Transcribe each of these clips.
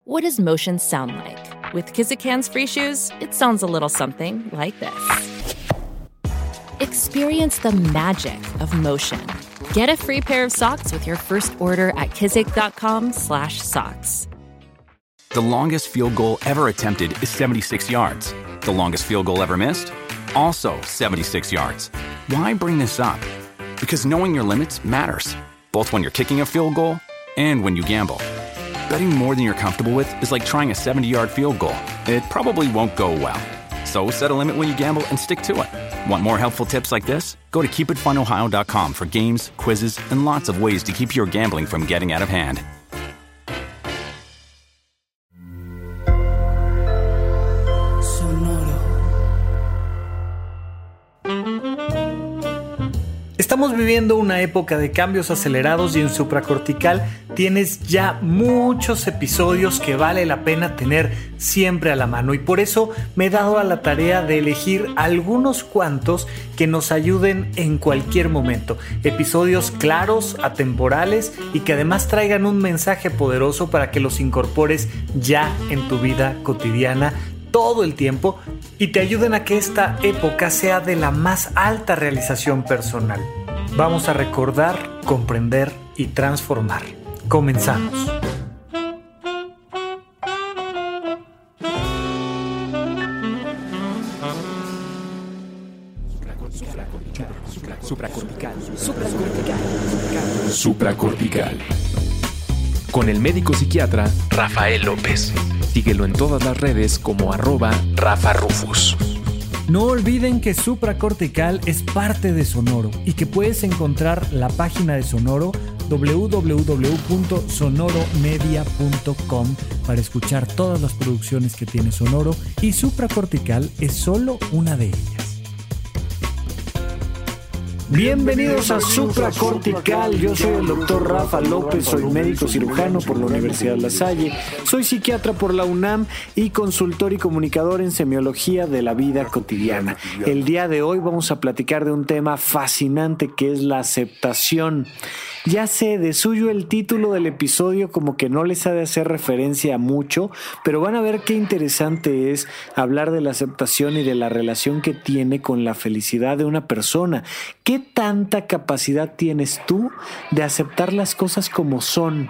What does motion sound like? With Kizikans free shoes, it sounds a little something like this. Experience the magic of motion. Get a free pair of socks with your first order at kizik.com/socks. The longest field goal ever attempted is 76 yards. The longest field goal ever missed? Also 76 yards. Why bring this up? Because knowing your limits matters, both when you're kicking a field goal and when you gamble. Betting more than you're comfortable with is like trying a 70-yard field goal. It probably won't go well. So set a limit when you gamble and stick to it. Want more helpful tips like this? Go to keepitfunohio.com for games, quizzes, and lots of ways to keep your gambling from getting out of hand. Estamos viviendo una época de cambios acelerados y en supracortical tienes ya muchos episodios que vale la pena tener siempre a la mano, y por eso me he dado a la tarea de elegir algunos cuantos que nos ayuden en cualquier momento. Episodios claros, atemporales y que además traigan un mensaje poderoso para que los incorpores ya en tu vida cotidiana todo el tiempo y te ayuden a que esta época sea de la más alta realización personal. Vamos a recordar, comprender y transformar. Comenzamos. Supracortical. Con el médico psiquiatra Rafael López. Síguelo en todas las redes como @RafaRufus. No olviden que Supracortical es parte de Sonoro y que puedes encontrar la página de Sonoro www.sonoromedia.com para escuchar todas las producciones que tiene Sonoro, y Supracortical es solo una de ellas. Bienvenidos a Supracortical, yo soy el doctor Rafa López, soy médico cirujano por la Universidad La Salle, soy psiquiatra por la UNAM y consultor y comunicador en semiología de la vida cotidiana. El día de hoy vamos a platicar de un tema fascinante que es la aceptación. Ya sé, de suyo el título del episodio como que no les ha de hacer referencia a mucho, pero van a ver qué interesante es hablar de la aceptación y de la relación que tiene con la felicidad de una persona. ¿Qué tanta capacidad tienes tú de aceptar las cosas como son?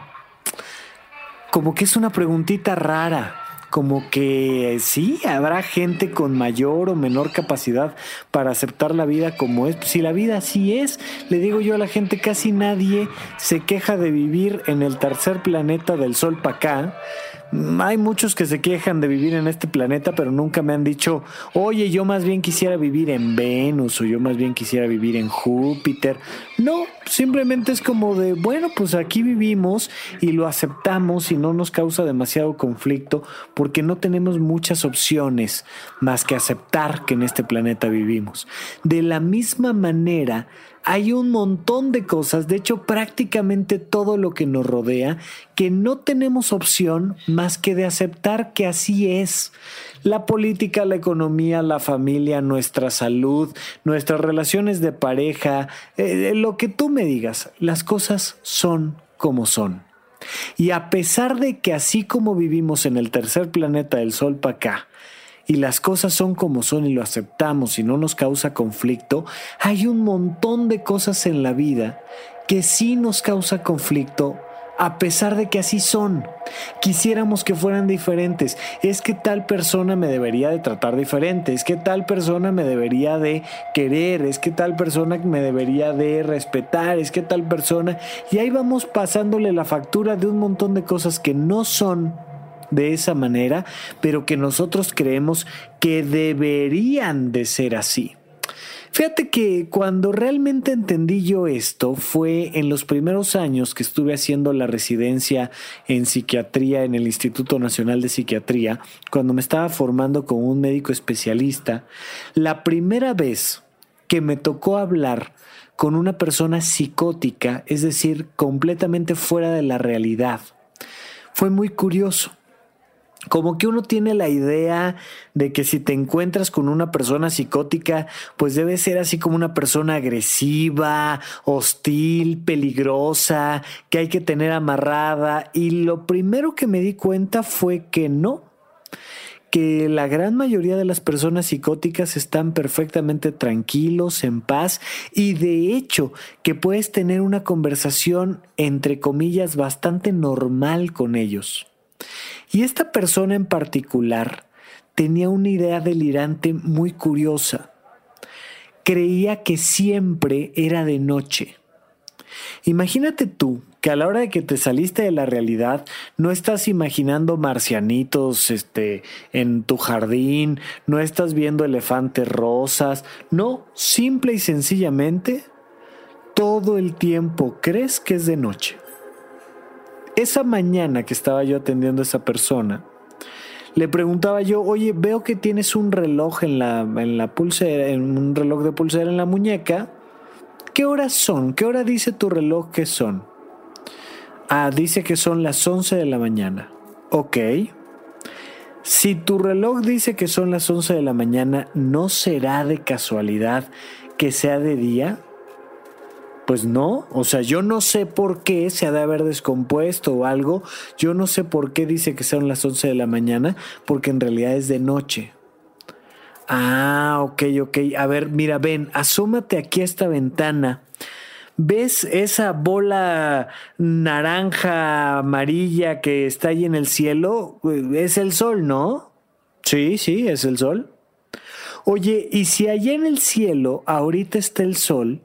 Como que es una preguntita rara. Como que sí, habrá gente con mayor o menor capacidad para aceptar la vida como es. Si la vida así es, le digo yo a la gente, casi nadie se queja de vivir en el tercer planeta del Sol para acá. Hay muchos que se quejan de vivir en este planeta, pero nunca me han dicho, oye, yo más bien quisiera vivir en Venus, o yo más bien quisiera vivir en Júpiter. No, simplemente es como de, bueno, pues aquí vivimos y lo aceptamos y no nos causa demasiado conflicto porque no tenemos muchas opciones más que aceptar que en este planeta vivimos. De la misma manera, hay un montón de cosas, de hecho prácticamente todo lo que nos rodea, que no tenemos opción más que de aceptar que así es. La política, la economía, la familia, nuestra salud, nuestras relaciones de pareja, lo que tú me digas, las cosas son como son. Y a pesar de que así como vivimos en el tercer planeta del Sol para acá, y las cosas son como son y lo aceptamos y no nos causa conflicto, hay un montón de cosas en la vida que sí nos causa conflicto a pesar de que así son. Quisiéramos que fueran diferentes. Es que tal persona me debería de tratar diferente, es que tal persona me debería de querer, es que tal persona me debería de respetar, es que tal persona... Y ahí vamos pasándole la factura de un montón de cosas que no son de esa manera, pero que nosotros creemos que deberían de ser así. Fíjate que cuando realmente entendí yo esto fue en los primeros años que estuve haciendo la residencia en psiquiatría en el Instituto Nacional de Psiquiatría, cuando me estaba formando como un médico especialista. La primera vez que me tocó hablar con una persona psicótica, es decir, completamente fuera de la realidad, fue muy curioso. Como que uno tiene la idea de que si te encuentras con una persona psicótica, pues debe ser así como una persona agresiva, hostil, peligrosa, que hay que tener amarrada. Y lo primero que me di cuenta fue que no, que la gran mayoría de las personas psicóticas están perfectamente tranquilos, en paz, y de hecho que puedes tener una conversación, entre comillas, bastante normal con ellos. Y esta persona en particular tenía una idea delirante muy curiosa. Creía que siempre era de noche. Imagínate tú que a la hora de que te saliste de la realidad no estás imaginando marcianitos en tu jardín, no estás viendo elefantes rosas, no, simple y sencillamente todo el tiempo crees que es de noche. Esa mañana que estaba yo atendiendo a esa persona, le preguntaba yo, oye, veo que tienes un reloj en la pulsera, un reloj de pulsera en la muñeca. ¿Qué horas son? ¿Qué hora dice tu reloj que son? Ah, dice que son las 11 de la mañana. Ok. Si tu reloj dice que son las 11 de la mañana, ¿no será de casualidad que sea de día? Pues no, o sea, yo no sé por qué se ha de haber descompuesto o algo. Yo no sé por qué dice que son las 11 de la mañana, porque en realidad es de noche. Ah, ok. A ver, mira, ven, asómate aquí a esta ventana. ¿Ves esa bola naranja, amarilla que está ahí en el cielo? Es el sol, ¿no? Sí, es el sol. Oye, y si allá en el cielo ahorita está el sol,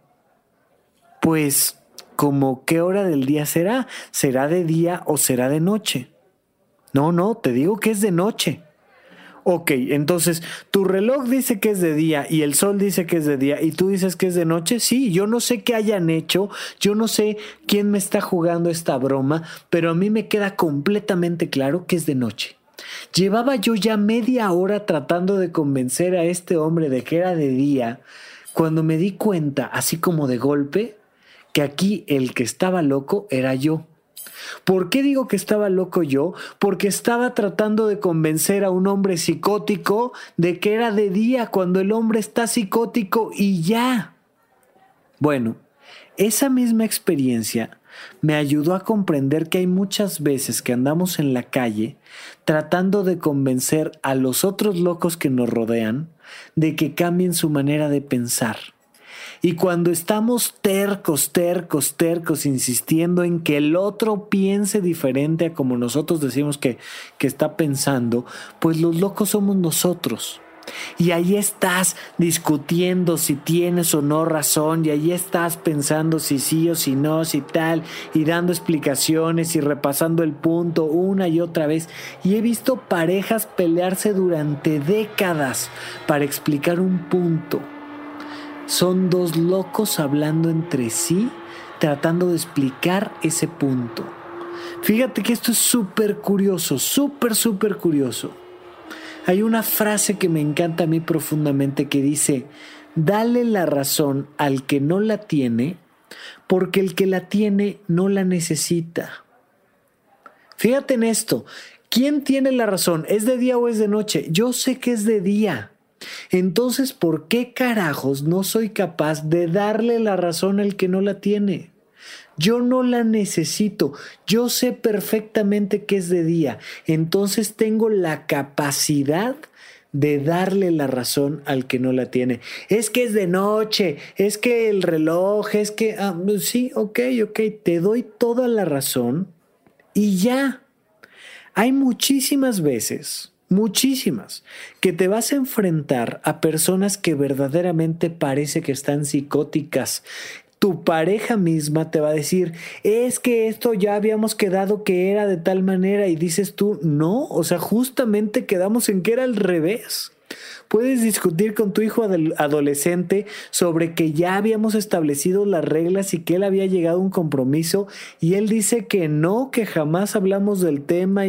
pues, ¿cómo qué hora del día será? ¿Será de día o será de noche? No, te digo que es de noche. Ok, entonces, tu reloj dice que es de día y el sol dice que es de día y tú dices que es de noche. Sí, yo no sé qué hayan hecho, yo no sé quién me está jugando esta broma, pero a mí me queda completamente claro que es de noche. Llevaba yo ya media hora tratando de convencer a este hombre de que era de día, cuando me di cuenta, así como de golpe, que aquí el que estaba loco era yo. ¿Por qué digo que estaba loco yo? Porque estaba tratando de convencer a un hombre psicótico de que era de día cuando el hombre está psicótico y ya. Bueno, esa misma experiencia me ayudó a comprender que hay muchas veces que andamos en la calle tratando de convencer a los otros locos que nos rodean de que cambien su manera de pensar. Y cuando estamos tercos, insistiendo en que el otro piense diferente a como nosotros decimos que está pensando, pues los locos somos nosotros. Y ahí estás discutiendo si tienes o no razón, y ahí estás pensando si sí o si no, si tal, y dando explicaciones y repasando el punto una y otra vez. Y he visto parejas pelearse durante décadas para explicar un punto. Son dos locos hablando entre sí, tratando de explicar ese punto. Fíjate que esto es súper curioso, súper curioso. Hay una frase que me encanta a mí profundamente que dice: dale la razón al que no la tiene, porque el que la tiene no la necesita. Fíjate en esto. ¿Quién tiene la razón? ¿Es de día o es de noche? Yo sé que es de día. Entonces, ¿por qué carajos no soy capaz de darle la razón al que no la tiene? Yo no la necesito. Yo sé perfectamente que es de día. Entonces tengo la capacidad de darle la razón al que no la tiene. Es que es de noche, es que el reloj, es que... sí, ok, te doy toda la razón y ya. Hay muchísimas veces, que te vas a enfrentar a personas que verdaderamente parece que están psicóticas. Tu pareja misma te va a decir: es que esto ya habíamos quedado que era de tal manera, y dices tú: no, o sea, justamente quedamos en que era al revés. Puedes discutir con tu hijo adolescente sobre que ya habíamos establecido las reglas y que él había llegado a un compromiso, y él dice que no, que jamás hablamos del tema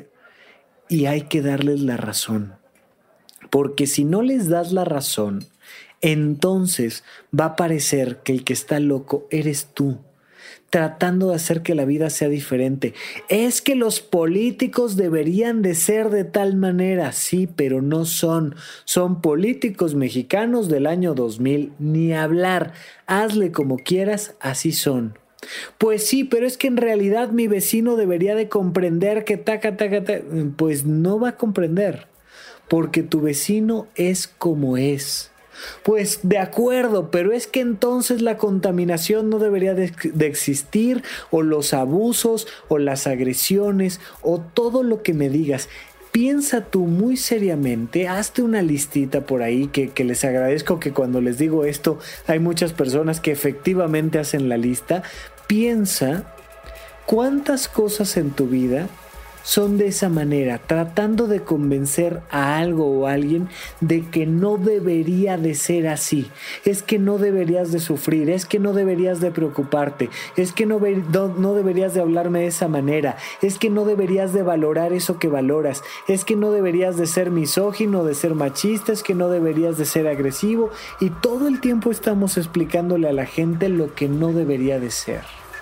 y hay que darles la razón. Porque si no les das la razón, entonces va a parecer que el que está loco eres tú. tratando de hacer que la vida sea diferente. Es que los políticos deberían de ser de tal manera. Sí, pero no son. Son políticos mexicanos del año 2000. Ni hablar. Hazle como quieras, así son. Pues sí, pero es que en realidad mi vecino debería de comprender que Pues no va a comprender, porque tu vecino es como es. Pues de acuerdo, pero es que entonces la contaminación no debería de existir, o los abusos, o las agresiones, o todo lo que me digas. Piensa tú muy seriamente, hazte una listita por ahí, que les agradezco que cuando les digo esto hay muchas personas que efectivamente hacen la lista. Piensa cuántas cosas en tu vida son de esa manera, tratando de convencer a algo o a alguien de que no debería de ser así. Es que no deberías de sufrir, es que no deberías de preocuparte, es que no deberías de hablarme de esa manera, es que no deberías de valorar eso que valoras, es que no deberías de ser misógino, de ser machista, es que no deberías de ser agresivo, y todo el tiempo estamos explicándole a la gente lo que no debería de ser.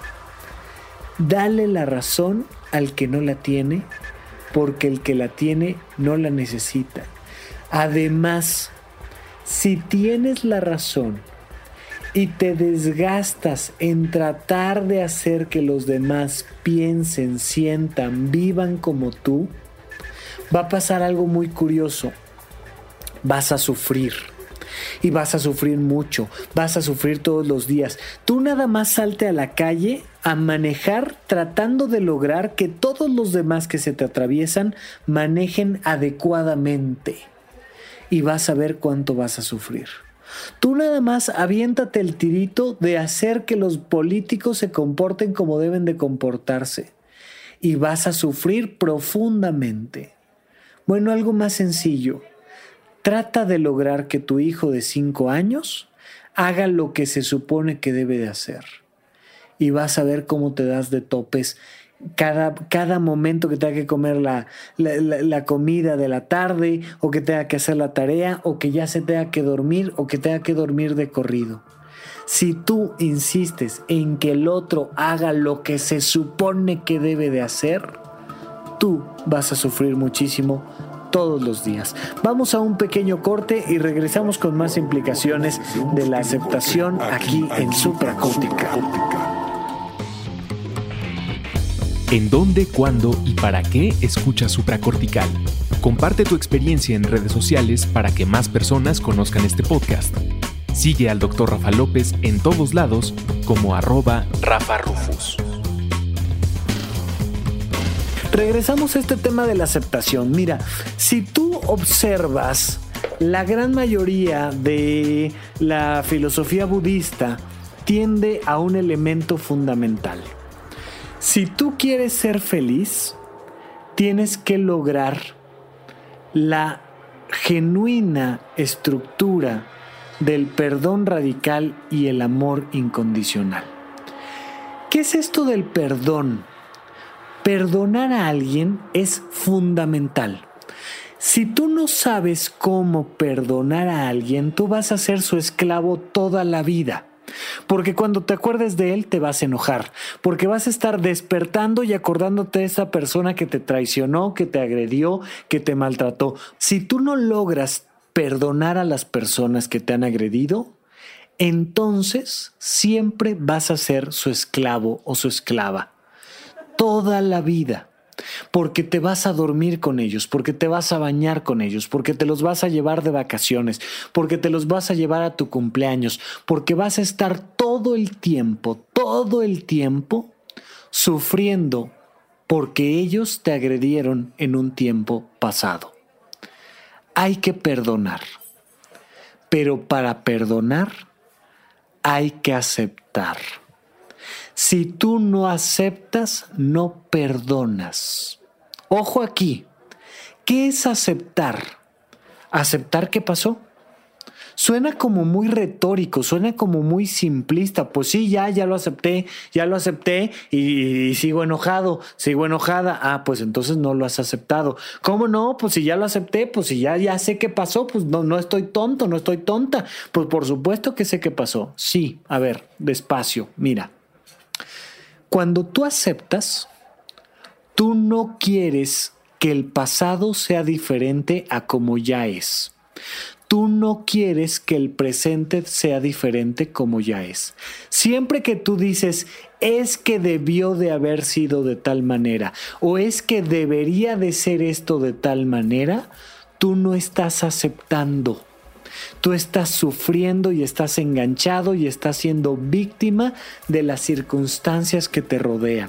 Dale la razón al que no la tiene, porque el que la tiene no la necesita. Además, si tienes la razón y te desgastas en tratar de hacer que los demás piensen, sientan, vivan como tú, va a pasar algo muy curioso. Vas a sufrir. Y vas a sufrir mucho, vas a sufrir todos los días. Tú nada más salte a la calle a manejar tratando de lograr que todos los demás que se te atraviesan manejen adecuadamente. Y vas a ver cuánto vas a sufrir. Tú nada más aviéntate el tirito de hacer que los políticos se comporten como deben de comportarse. Y vas a sufrir profundamente. Bueno, algo más sencillo. Trata de lograr que tu hijo de 5 años haga lo que se supone que debe de hacer. Y vas a ver cómo te das de topes cada momento que tenga que comer la comida de la tarde, o que tenga que hacer la tarea, o que ya se tenga que dormir, o que tenga que dormir de corrido. Si tú insistes en que el otro haga lo que se supone que debe de hacer, tú vas a sufrir muchísimo todos los días. Vamos a un pequeño corte y regresamos con más implicaciones de la aceptación aquí en Supracórtica. ¿En dónde, cuándo y para qué escuchas Supracortical? Comparte tu experiencia en redes sociales para que más personas conozcan este podcast. Sigue al Dr. Rafa López en todos lados como @RafaRufus. Regresamos a este tema de la aceptación. Mira, si tú observas, la gran mayoría de la filosofía budista tiende a un elemento fundamental. Si tú quieres ser feliz, tienes que lograr la genuina estructura del perdón radical y el amor incondicional. ¿Qué es esto del perdón? Perdonar a alguien es fundamental. Si tú no sabes cómo perdonar a alguien, tú vas a ser su esclavo toda la vida. Porque cuando te acuerdes de él te vas a enojar, porque vas a estar despertando y acordándote de esa persona que te traicionó, que te agredió, que te maltrató. Si tú no logras perdonar a las personas que te han agredido, entonces siempre vas a ser su esclavo o su esclava. Toda la vida, porque te vas a dormir con ellos, porque te vas a bañar con ellos, porque te los vas a llevar de vacaciones, porque te los vas a llevar a tu cumpleaños, porque vas a estar todo el tiempo sufriendo porque ellos te agredieron en un tiempo pasado. Hay que perdonar, pero para perdonar hay que aceptar. Si tú no aceptas, no perdonas. Ojo aquí, ¿qué es aceptar? ¿Aceptar qué pasó? Suena como muy retórico, suena como muy simplista. Pues sí, ya lo acepté y sigo enojado, sigo enojada. Ah, pues entonces no lo has aceptado. ¿Cómo no? Pues si ya lo acepté, pues si ya sé qué pasó, pues no estoy tonto, no estoy tonta. Pues por supuesto que sé qué pasó. Sí, a ver, despacio, mira. Cuando tú aceptas, tú no quieres que el pasado sea diferente a como ya es. Tú no quieres que el presente sea diferente como ya es. Siempre que tú dices, es que debió de haber sido de tal manera, o es que debería de ser esto de tal manera, tú no estás aceptando. Tú estás sufriendo y estás enganchado y estás siendo víctima de las circunstancias que te rodean.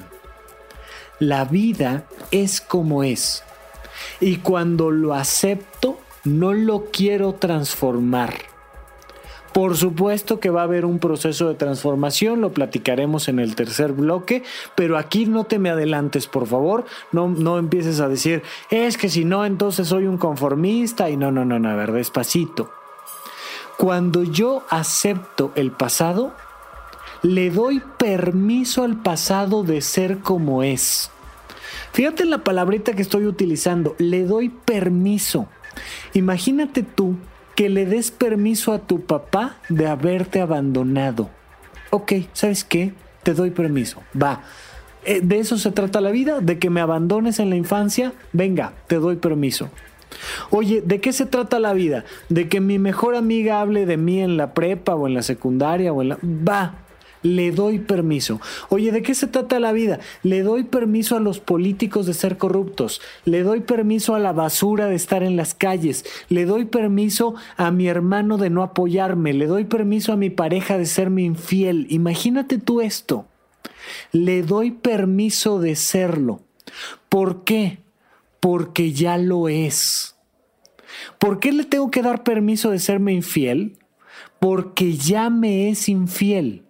La vida es como es. Y cuando lo acepto, no lo quiero transformar. Por supuesto que va a haber un proceso de transformación, lo platicaremos en el tercer bloque, pero aquí no te me adelantes, por favor. No empieces a decir, es que si no, entonces soy un conformista. Y no, a ver, despacito. Cuando yo acepto el pasado, le doy permiso al pasado de ser como es. Fíjate en la palabrita que estoy utilizando, le doy permiso. Imagínate tú que le des permiso a tu papá de haberte abandonado. Ok, ¿sabes qué? Te doy permiso, va. ¿De eso se trata la vida? ¿De que me abandones en la infancia? Venga, te doy permiso. Oye, ¿de qué se trata la vida? ¿De que mi mejor amiga hable de mí en la prepa o en la secundaria o en la... Va, le doy permiso. Oye, ¿de qué se trata la vida? Le doy permiso a los políticos de ser corruptos. Le doy permiso a la basura de estar en las calles. Le doy permiso a mi hermano de no apoyarme. Le doy permiso a mi pareja de serme infiel. Imagínate tú esto. Le doy permiso de serlo. ¿Por qué? Porque ya lo es. ¿Por qué le tengo que dar permiso de serme infiel? Porque ya me es infiel.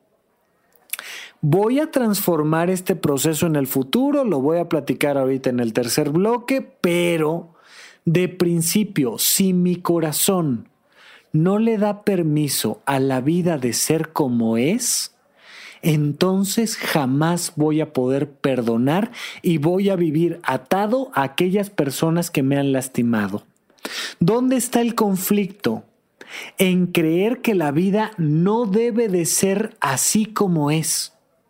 Voy a transformar este proceso en el futuro, lo voy a platicar ahorita en el tercer bloque, pero de principio, si mi corazón no le da permiso a la vida de ser como es, entonces jamás voy a poder perdonar y voy a vivir atado a aquellas personas que me han lastimado. ¿Dónde está el conflicto? En creer que la vida no debe de ser así como es.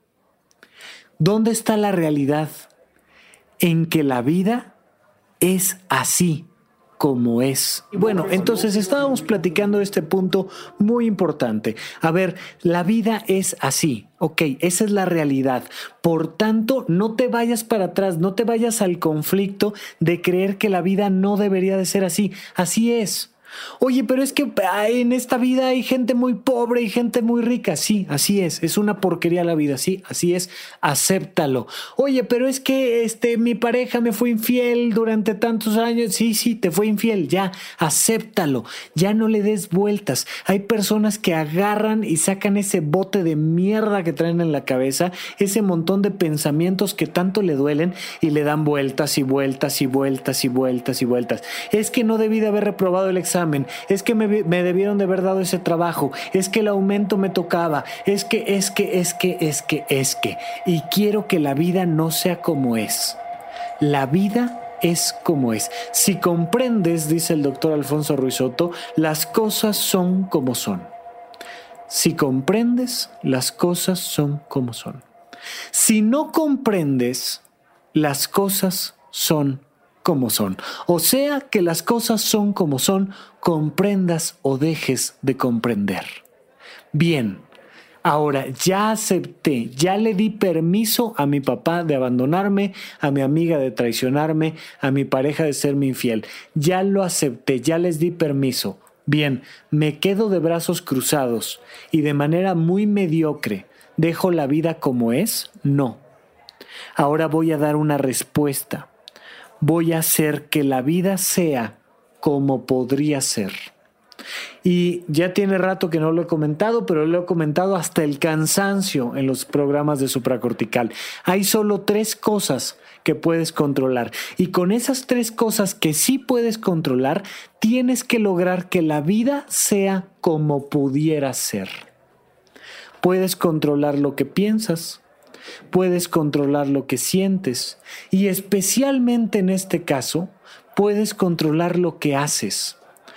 ¿Dónde está la realidad? En que la vida es así como es. Y bueno, entonces estábamos platicando de este punto muy importante. A ver, la vida es así, ok, esa es la realidad. Por tanto, no te vayas para atrás, no te vayas al conflicto de creer que la vida no debería de ser así. Así es. Oye, pero es que en esta vida hay gente muy pobre y gente muy rica. Sí, así es una porquería la vida, sí, así es, acéptalo. Oye, pero es que mi pareja me fue infiel durante tantos años. Sí, te fue infiel, ya, acéptalo, ya no le des vueltas. Hay personas que agarran y sacan ese bote de mierda que traen en la cabeza, ese montón de pensamientos que tanto le duelen y le dan vueltas y vueltas y vueltas y vueltas y vueltas. Es que no debí de haber reprobado el examen. Es que me debieron de haber dado ese trabajo, es que el aumento me tocaba, es que. Y quiero que la vida no sea como es. La vida es como es. Si comprendes, dice el doctor Alfonso Ruiz Soto, las cosas son como son. Si comprendes, las cosas son como son. Si no comprendes, las cosas son como son. O sea que las cosas son como son, comprendas o dejes de comprender. Bien, ahora ya acepté, ya le di permiso a mi papá de abandonarme, a mi amiga de traicionarme, a mi pareja de serme infiel. Ya lo acepté, ya les di permiso. Bien, me quedo de brazos cruzados y de manera muy mediocre, ¿dejo la vida como es? No. Ahora voy a dar una respuesta. Voy a hacer que la vida sea como podría ser. Y ya tiene rato que no lo he comentado, pero lo he comentado hasta el cansancio en los programas de supracortical. Hay solo 3 cosas que puedes controlar. Y con esas 3 cosas que sí puedes controlar, tienes que lograr que la vida sea como pudiera ser. Puedes controlar lo que piensas. Puedes controlar lo que sientes y especialmente en este caso, puedes controlar lo que haces.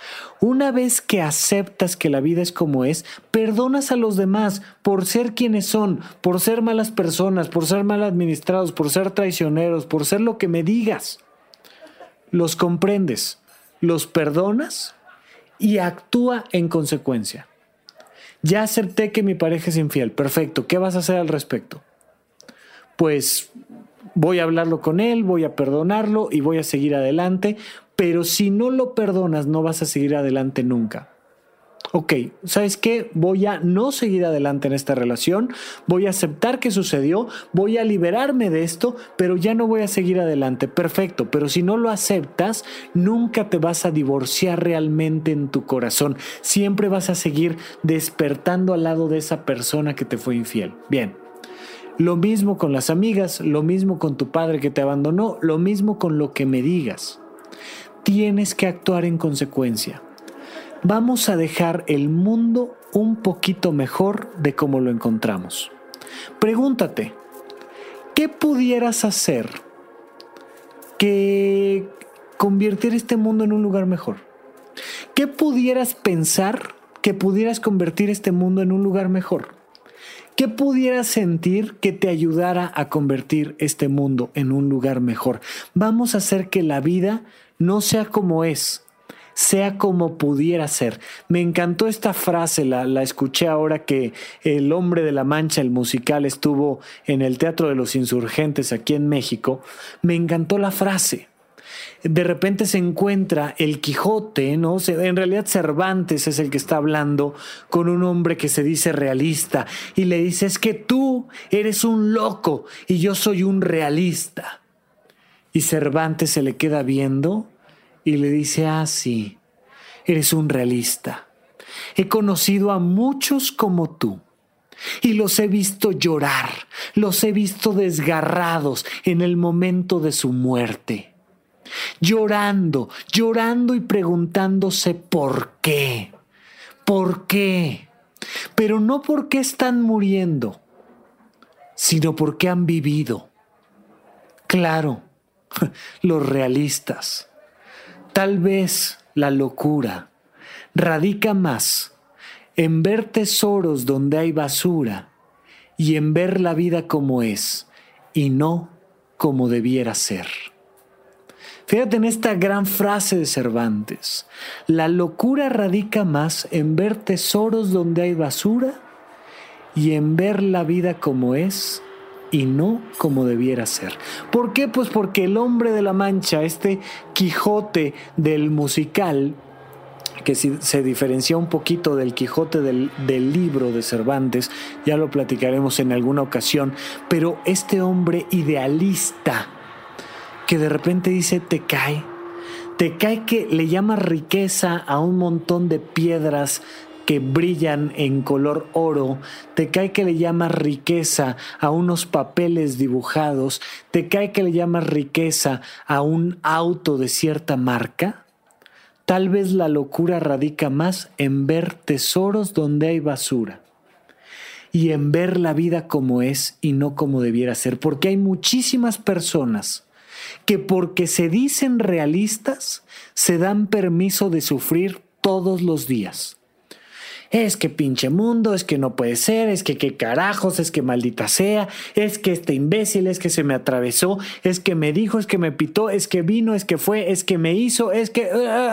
Una vez que aceptas que la vida es como es, perdonas a los demás por ser quienes son, por ser malas personas, por ser mal administrados, por ser traicioneros, por ser lo que me digas. Los comprendes, los perdonas y actúa en consecuencia. Ya acepté que mi pareja es infiel. Perfecto. ¿Qué vas a hacer al respecto? Pues voy a hablarlo con él, voy a perdonarlo y voy a seguir adelante. Pero si no lo perdonas, no vas a seguir adelante nunca. Ok, ¿sabes qué? Voy a no seguir adelante en esta relación, voy a aceptar que sucedió, voy a liberarme de esto, pero ya no voy a seguir adelante. Perfecto, pero si no lo aceptas, nunca te vas a divorciar realmente en tu corazón. Siempre vas a seguir despertando al lado de esa persona que te fue infiel. Bien, lo mismo con las amigas, lo mismo con tu padre que te abandonó, lo mismo con lo que me digas. Tienes que actuar en consecuencia. Vamos a dejar el mundo un poquito mejor de como lo encontramos. Pregúntate, ¿qué pudieras hacer que convirtiera este mundo en un lugar mejor? ¿Qué pudieras pensar que pudieras convertir este mundo en un lugar mejor? ¿Qué pudieras sentir que te ayudara a convertir este mundo en un lugar mejor? Vamos a hacer que la vida no sea como es, sea como pudiera ser. Me encantó esta frase, la escuché ahora que El Hombre de la Mancha, el musical, estuvo en el Teatro de los Insurgentes aquí en México. Me encantó la frase. De repente se encuentra el Quijote, ¿no? En realidad Cervantes es el que está hablando con un hombre que se dice realista y le dice: es que tú eres un loco y yo soy un realista. Y Cervantes se le queda viendo y le dice: ah, sí, eres un realista. He conocido a muchos como tú y los he visto llorar, los he visto desgarrados en el momento de su muerte. Llorando y preguntándose por qué. ¿Por qué? Pero no porque están muriendo, sino porque han vivido. Claro, los realistas. Tal vez la locura radica más en ver tesoros donde hay basura y en ver la vida como es y no como debiera ser. Fíjate en esta gran frase de Cervantes. La locura radica más en ver tesoros donde hay basura y en ver la vida como es y no como debiera ser. ¿Por qué? Pues porque el Hombre de la Mancha, este Quijote del musical, que se diferencia un poquito del Quijote del libro de Cervantes, ya lo platicaremos en alguna ocasión, pero este hombre idealista que de repente dice: te cae que le llama riqueza a un montón de piedras que brillan en color oro, te cae que le llamas riqueza a unos papeles dibujados, te cae que le llamas riqueza a un auto de cierta marca. Tal vez la locura radica más en ver tesoros donde hay basura y en ver la vida como es y no como debiera ser, porque hay muchísimas personas que porque se dicen realistas se dan permiso de sufrir todos los días. Es que pinche mundo, es que no puede ser, es que qué carajos, es que maldita sea, es que este imbécil, es que se me atravesó, es que me dijo, es que me pitó, es que vino, es que fue, es que me hizo, es que...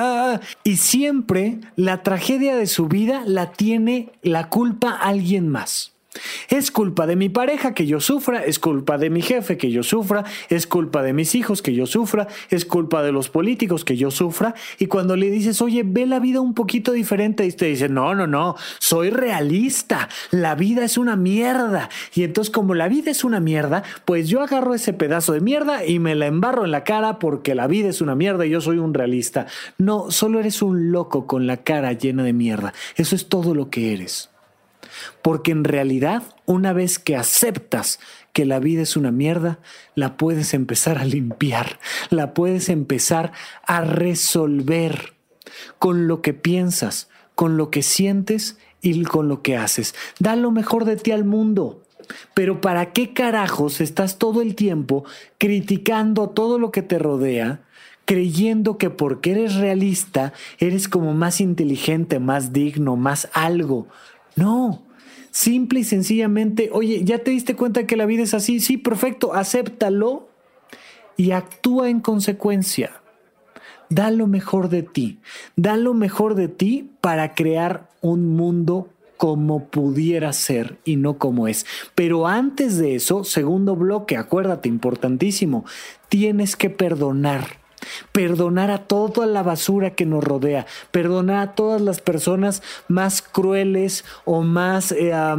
Y siempre la tragedia de su vida la tiene la culpa alguien más. Es culpa de mi pareja que yo sufra, es culpa de mi jefe que yo sufra, es culpa de mis hijos que yo sufra, es culpa de los políticos que yo sufra. Y cuando le dices: oye, ve la vida un poquito diferente, y te dice: no, soy realista, la vida es una mierda. Y entonces, como la vida es una mierda, pues yo agarro ese pedazo de mierda y me la embarro en la cara porque la vida es una mierda y yo soy un realista. No, solo eres un loco con la cara llena de mierda. Eso es todo lo que eres. Porque en realidad, una vez que aceptas que la vida es una mierda, la puedes empezar a limpiar, la puedes empezar a resolver con lo que piensas, con lo que sientes y con lo que haces. Da lo mejor de ti al mundo. Pero ¿para qué carajos estás todo el tiempo criticando todo lo que te rodea, creyendo que porque eres realista eres como más inteligente, más digno, más algo. No, simple y sencillamente, oye, ¿ya te diste cuenta que la vida es así? Sí, perfecto, acéptalo y actúa en consecuencia. Da lo mejor de ti. Da lo mejor de ti para crear un mundo como pudiera ser y no como es. Pero antes de eso, segundo bloque, acuérdate, importantísimo, tienes que perdonar. Perdonar a toda la basura que nos rodea, perdonar a todas las personas más crueles o más,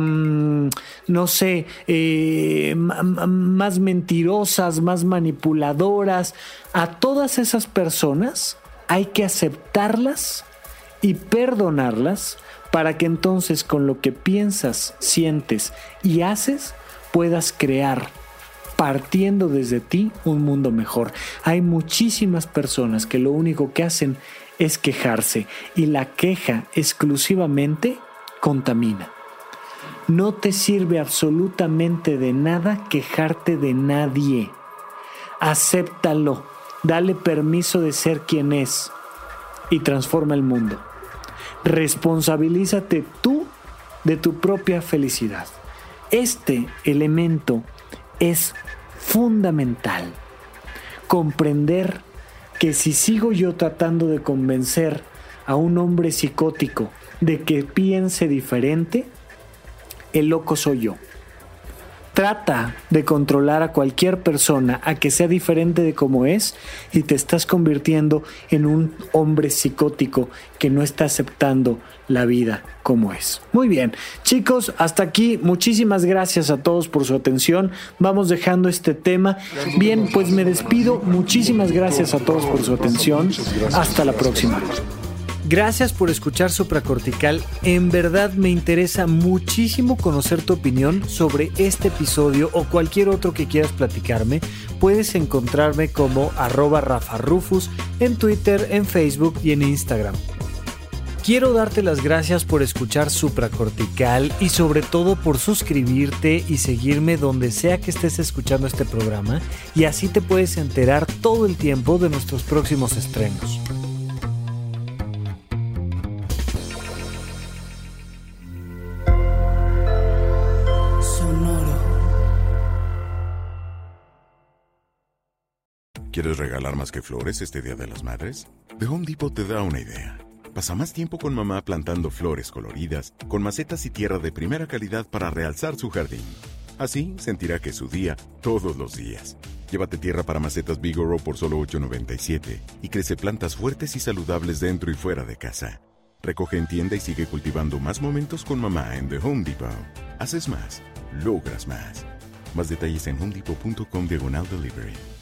más mentirosas, más manipuladoras. A todas esas personas hay que aceptarlas y perdonarlas para que entonces con lo que piensas, sientes y haces puedas crear, partiendo desde ti, un mundo mejor. Hay muchísimas personas que lo único que hacen es quejarse y la queja exclusivamente contamina. No te sirve absolutamente de nada quejarte de nadie. Acéptalo, dale permiso de ser quien es y transforma el mundo. Responsabilízate tú de tu propia felicidad. Este elemento es fundamental. Comprender que si sigo yo tratando de convencer a un hombre psicótico de que piense diferente, el loco soy yo. Trata de controlar a cualquier persona a que sea diferente de como es y te estás convirtiendo en un hombre psicótico que no está aceptando la vida como es. Muy bien, chicos, hasta aquí. Muchísimas gracias a todos por su atención. Vamos dejando este tema. Bien, pues me despido. Muchísimas gracias a todos por su atención. Hasta la próxima. Gracias por escuchar Supracortical. En verdad me interesa muchísimo conocer tu opinión sobre este episodio o cualquier otro que quieras platicarme. Puedes encontrarme como @RafaRufus en Twitter, en Facebook y en Instagram. Quiero darte las gracias por escuchar Supracortical y sobre todo por suscribirte y seguirme donde sea que estés escuchando este programa, y así te puedes enterar todo el tiempo de nuestros próximos estrenos. ¿Quieres regalar más que flores este Día de las Madres? The Home Depot te da una idea. Pasa más tiempo con mamá plantando flores coloridas, con macetas y tierra de primera calidad para realzar su jardín. Así sentirá que es su día todos los días. Llévate tierra para macetas Bigoro por solo $8.97 y crece plantas fuertes y saludables dentro y fuera de casa. Recoge en tienda y sigue cultivando más momentos con mamá en The Home Depot. Haces más, logras más. Más detalles en homedepot.com/delivery.